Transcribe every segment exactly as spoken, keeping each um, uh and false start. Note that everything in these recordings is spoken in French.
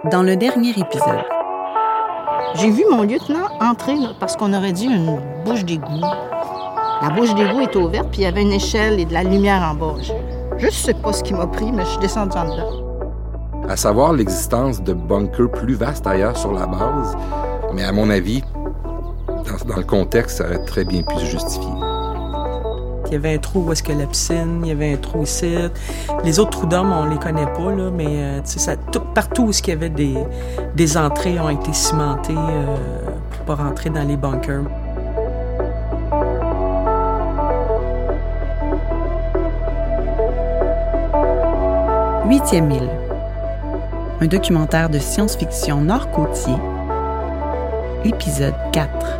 dans le dernier épisode. J'ai vu mon lieutenant entrer là, parce qu'on aurait dit une bouche d'égout. La bouche d'égout était ouverte, puis il y avait une échelle et de la lumière en bas. Je ne sais pas ce qui m'a pris, mais je suis descendue en dedans. À savoir l'existence de bunkers plus vastes ailleurs sur la base, mais à mon avis, dans, dans le contexte, ça aurait très bien pu se justifier. Il y avait un trou où est-ce que la piscine, il y avait un trou ici. Les autres trous d'hommes, on les connaît pas, là, mais euh, ça, tout, partout où il y avait des, des entrées ont été cimentées euh, pour pas rentrer dans les bunkers. Huitième île. Un documentaire de science-fiction nord-côtier. Épisode quatre.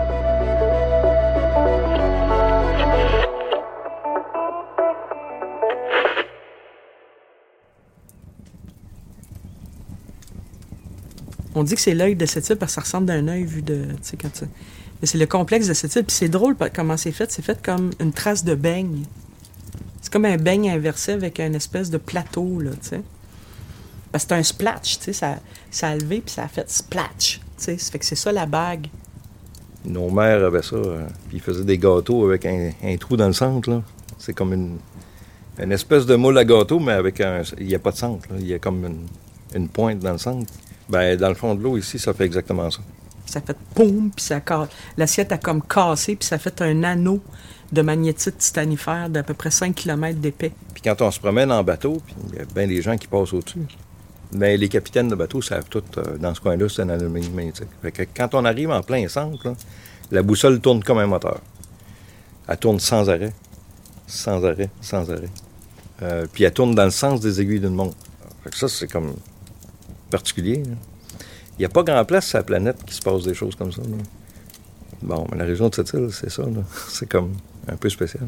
On dit que c'est l'œil de cette île parce que ça ressemble à un œil vu de... Tu sais, quand tu... Mais c'est le complexe de cette île. Puis c'est drôle comment c'est fait. C'est fait comme une trace de beigne. C'est comme un beigne inversé avec une espèce de plateau, là, tu sais. Parce que c'est un splatch, tu sais. Ça, ça a levé puis ça a fait splatch, tu sais. Ça fait que c'est ça la bague. Nos mères avaient ça. Euh, puis ils faisaient des gâteaux avec un, un trou dans le centre, là. C'est comme une, une espèce de moule à gâteau, mais avec un... Il n'y a pas de centre, là. Il y a comme une, une pointe dans le centre. Ben, dans le fond de l'eau, ici, ça fait exactement ça. Ça fait poum, puis ça casse. L'assiette a comme cassé, puis ça fait un anneau de magnétite titanifère d'à peu près cinq kilomètres d'épais. Puis quand on se promène en bateau, puis il y a bien des gens qui passent au-dessus. Mais les capitaines de bateau savent tout, euh, dans ce coin-là, c'est un anomalie magnétique. Fait que quand on arrive en plein centre, là, la boussole tourne comme un moteur. Elle tourne sans arrêt, sans arrêt, sans arrêt. Euh, puis elle tourne dans le sens des aiguilles d'une montre. Fait que ça, c'est comme... particulier. Là. Il n'y a pas grand place sur la planète qui se passe des choses comme ça. Là. Bon, mais la région de cette île, c'est ça. Là. C'est comme un peu spécial.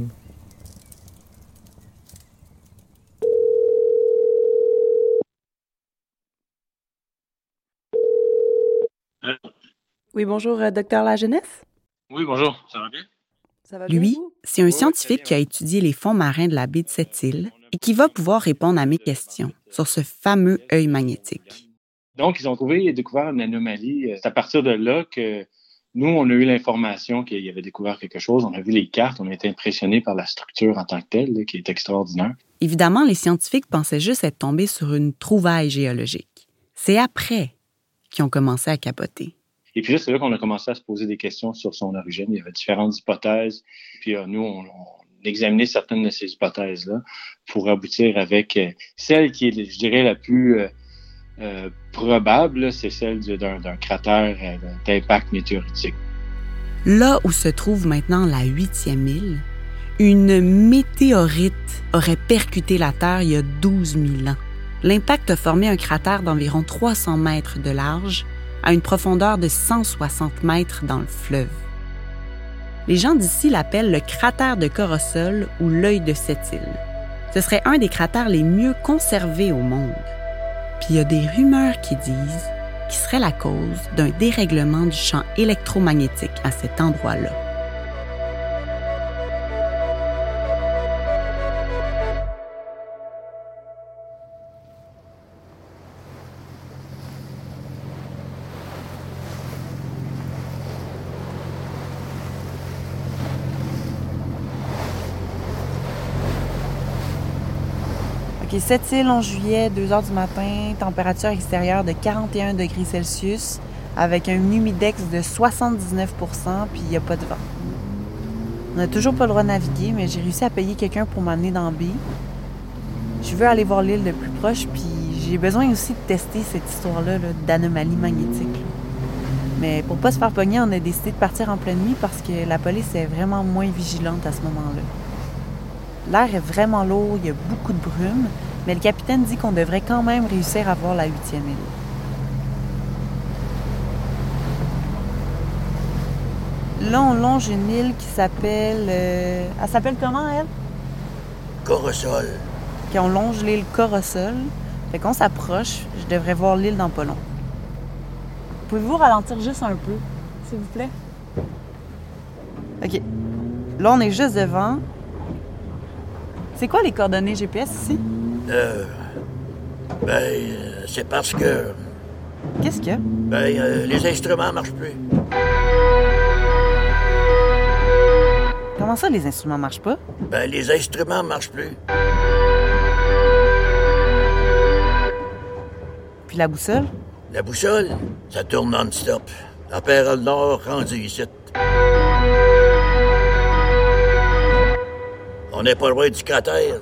Euh. Oui, bonjour, euh, docteur Lajeunesse? Oui, bonjour. Ça va bien? Ça va bien. Lui, c'est un scientifique qui a étudié les fonds marins de la baie de cette île et qui va pouvoir répondre à mes questions sur ce fameux œil magnétique. Donc, ils ont trouvé et découvert une anomalie. C'est à partir de là que nous, on a eu l'information qu'il y avait découvert quelque chose. On a vu les cartes, on a été impressionnés par la structure en tant que telle, là, qui est extraordinaire. Évidemment, les scientifiques pensaient juste être tombés sur une trouvaille géologique. C'est après qu'ils ont commencé à capoter. Et puis là, c'est là qu'on a commencé à se poser des questions sur son origine. Il y avait différentes hypothèses. Puis euh, nous, on, on examinait certaines de ces hypothèses-là pour aboutir avec euh, celle qui est, je dirais, la plus... Euh, Euh, probable, c'est celle d'un, d'un cratère euh, d'impact météoritique. Là où se trouve maintenant la huitième île, une météorite aurait percuté la Terre il y a douze mille ans. L'impact a formé un cratère d'environ trois cents mètres de large à une profondeur de cent soixante mètres dans le fleuve. Les gens d'ici l'appellent le cratère de Corosol ou l'œil de cette île. Ce serait un des cratères les mieux conservés au monde. Puis il y a des rumeurs qui disent qu'il serait la cause d'un dérèglement du champ électromagnétique à cet endroit-là. OK, cette île en juillet, deux heures du matin, température extérieure de quarante et un degrés Celsius, avec un humidex de soixante-dix-neuf pour cent, puis il n'y a pas de vent. On n'a toujours pas le droit de naviguer, mais j'ai réussi à payer quelqu'un pour m'amener dans B. Je veux aller voir l'île de plus proche, puis j'ai besoin aussi de tester cette histoire-là là, d'anomalie magnétique. Là. Mais pour pas se faire pogner, on a décidé de partir en pleine nuit parce que la police est vraiment moins vigilante à ce moment-là. L'air est vraiment lourd, il y a beaucoup de brume, mais le capitaine dit qu'on devrait quand même réussir à voir la huitième île. Là, on longe une île qui s'appelle... Euh... Elle s'appelle comment, elle? Corosol. OK, on longe l'île Corosol. Fait qu'on s'approche, je devrais voir l'île dans pas long. Pouvez-vous ralentir juste un peu, s'il vous plaît? OK. Là, on est juste devant. C'est quoi les coordonnées G P S ici? Euh... Ben, euh, c'est parce que Qu'est-ce qu'il y a? Ben, euh, les instruments marchent plus. Comment ça, les instruments marchent pas? Ben, les instruments marchent plus. Puis la boussole? La boussole, ça tourne non-stop. La Pérole Nord rendue ici. On n'est pas loin du cratère.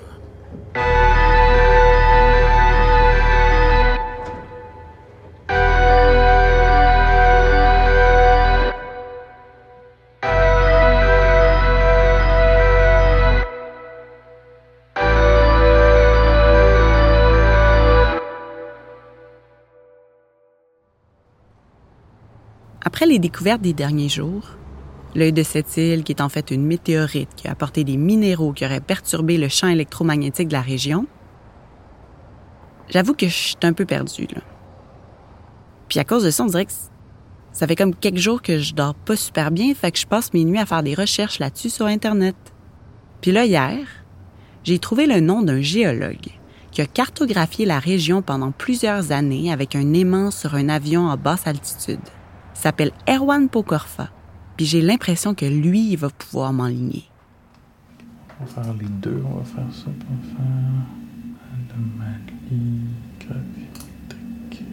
Après les découvertes des derniers jours, l'œil de cette île, qui est en fait une météorite qui a apporté des minéraux qui auraient perturbé le champ électromagnétique de la région, j'avoue que je suis un peu perdue, là. Puis à cause de ça, on dirait que ça fait comme quelques jours que je dors pas super bien, fait que je passe mes nuits à faire des recherches là-dessus sur Internet. Puis là, hier, j'ai trouvé le nom d'un géologue qui a cartographié la région pendant plusieurs années avec un aimant sur un avion à basse altitude. Il s'appelle Erwan Pokorfa. Puis j'ai l'impression que lui, il va pouvoir m'enligner. On va faire les deux. On va faire ça. On va faire anomalie gravimétrique.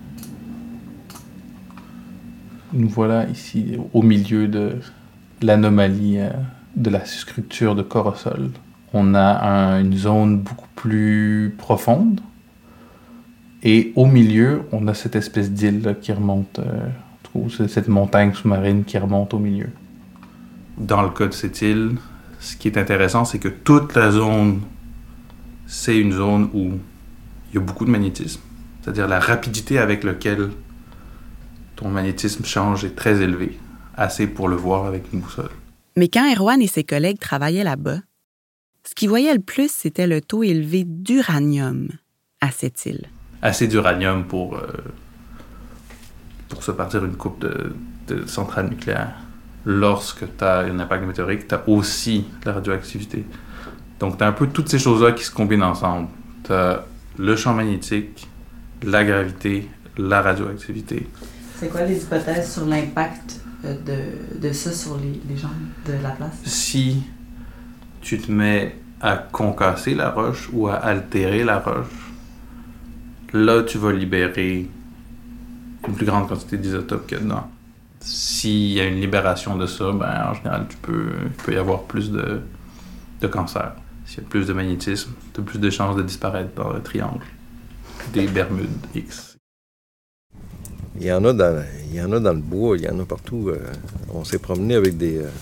Nous voilà ici au milieu de l'anomalie de la structure de corps au sol. On a un, une zone beaucoup plus profonde. Et au milieu, on a cette espèce d'île là, qui remonte... Euh, c'est cette montagne sous-marine qui remonte au milieu. Dans le cas de cette île, ce qui est intéressant, c'est que toute la zone, c'est une zone où il y a beaucoup de magnétisme. C'est-à-dire la rapidité avec laquelle ton magnétisme change est très élevée, assez pour le voir avec une boussole. Mais quand Erwan et ses collègues travaillaient là-bas, ce qu'ils voyaient le plus, c'était le taux élevé d'uranium à cette île. Assez d'uranium pour... Euh, pour se partir une coupe de, de centrale nucléaire. Lorsque tu as un impact météorique, tu as aussi la radioactivité. Donc, tu as un peu toutes ces choses-là qui se combinent ensemble. Tu as le champ magnétique, la gravité, la radioactivité. C'est quoi les hypothèses sur l'impact de, de ça sur les, les gens de la place? Si tu te mets à concasser la roche ou à altérer la roche, là, tu vas libérer une plus grande quantité d'isotopes qu'il y a dedans. S'il y a une libération de ça, ben, en général, tu peux, il peut y avoir plus de, de cancer. S'il y a plus de magnétisme, tu as plus de chances de disparaître dans le triangle des Bermudes X. Il y en a dans, il y en a dans le bois, il y en a partout. Euh, on s'est promené avec des, euh,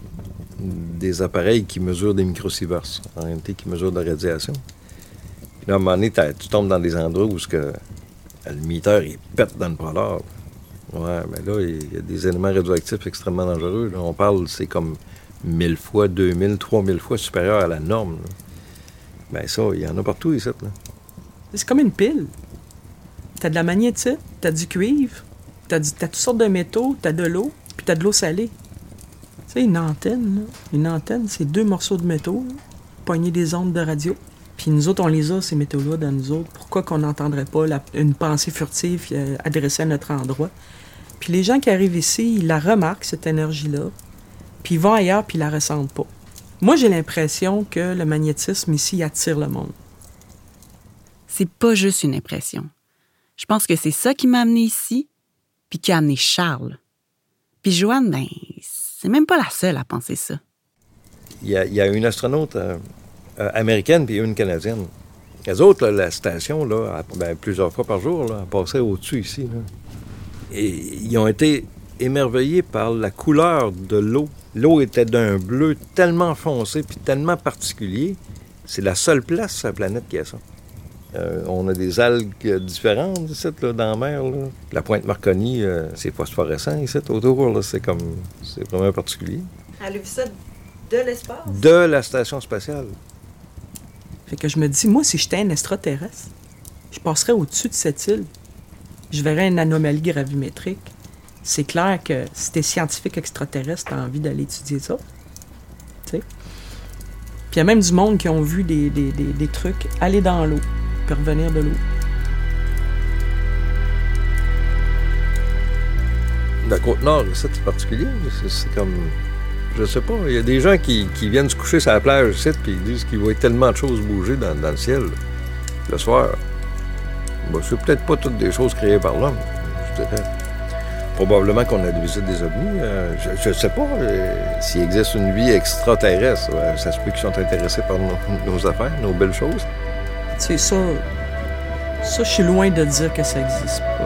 des appareils qui mesurent des microsieverts, en réalité, qui mesurent de la radiation. Puis là, à un moment donné, tu tombes dans des endroits où ce que, le meter, il pète dans le polar. Ouais, mais là, il y a des éléments radioactifs extrêmement dangereux. Là. On parle, c'est comme mille fois, deux mille, trois mille fois supérieur à la norme. Là. Ben ça, il y en a partout ici. Là. C'est comme une pile. T'as de la magnétite, t'as du cuivre, t'as, du, t'as toutes sortes de métaux, t'as de l'eau, puis t'as de l'eau salée. Tu sais, une antenne, là. Une antenne, c'est deux morceaux de métaux, là, poigner des ondes de radio. Puis nous autres, on les a, ces métaux-là, dans nous autres. Pourquoi qu'on n'entendrait pas la, une pensée furtive euh, adressée à notre endroit? Puis les gens qui arrivent ici, ils la remarquent, cette énergie-là, puis ils vont ailleurs, puis ils la ressentent pas. Moi, j'ai l'impression que le magnétisme ici attire le monde. C'est pas juste une impression. Je pense que c'est ça qui m'a amené ici, puis qui a amené Charles. Puis Joanne, ben, c'est même pas la seule à penser ça. Il y a, il y a une astronaute... Euh... Euh, américaine puis une canadienne. Les autres, là, la station, là, ben, plusieurs fois par jour, là, passait au-dessus ici. Là. Et ils ont été émerveillés par la couleur de l'eau. L'eau était d'un bleu tellement foncé puis tellement particulier. C'est la seule place sur la planète qui a ça. Euh, on a des algues différentes ici, là, dans la mer. Là. La pointe Marconi, euh, c'est phosphorescent ici, autour. Là, c'est comme... C'est vraiment particulier. Elle a vu ça de l'espace? De la station spatiale. Fait que je me dis, moi, si j'étais un extraterrestre, je passerais au-dessus de cette île. Je verrais une anomalie gravimétrique. C'est clair que si t'es scientifique extraterrestre, t'as envie d'aller étudier ça. Tu sais? Puis il y a même du monde qui ont vu des, des, des, des trucs aller dans l'eau, puis revenir de l'eau. la Côte-Nord, ça, c'est particulier. C'est, c'est comme... Je sais pas. Il y a des gens qui, qui viennent se coucher sur la plage ici puis ils disent qu'il va y avoir tellement de choses bouger dans, dans le ciel le soir. Bon, c'est peut-être pas toutes des choses créées par l'homme, je dirais. Probablement qu'on a des visites des ovnis. Euh, je ne sais pas euh, s'il existe une vie extraterrestre. Euh, ça se peut qu'ils sont intéressés par nos, nos affaires, nos belles choses. Tu sais, ça, ça, je suis loin de dire que ça n'existe pas.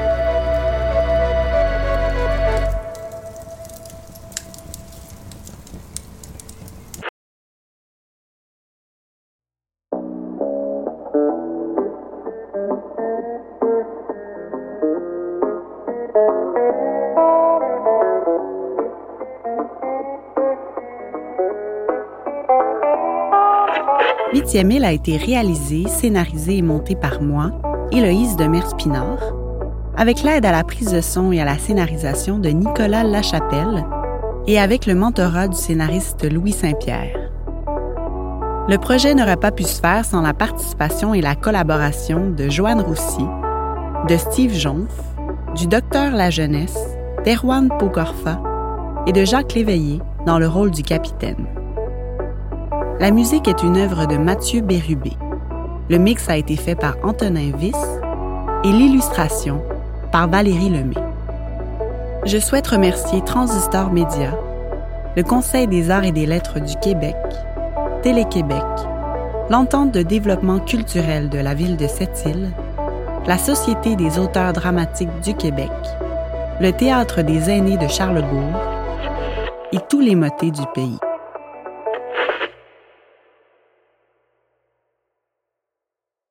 Huitième île a été réalisée, scénarisée et montée par moi, Héloïse Demers-Pinard, avec l'aide à la prise de son et à la scénarisation de Nicolas Lachapelle et avec le mentorat du scénariste Louis Saint-Pierre. Le projet n'aurait pas pu se faire sans la participation et la collaboration de Joanne Roussy, de Steve Jonf, du Docteur La Jeunesse, d'Erwan Pokorfa et de Jacques Léveillé dans le rôle du capitaine. La musique est une œuvre de Mathieu Bérubé. Le mix a été fait par Antonin Wyss et l'illustration par Valérie Lemay. Je souhaite remercier Transistor Média, le Conseil des arts et des lettres du Québec, Télé-Québec, l'Entente de développement culturel de la ville de Sept-Îles, la Société des auteurs dramatiques du Québec, le Théâtre des aînés de Charlebourg et tous les motés du pays.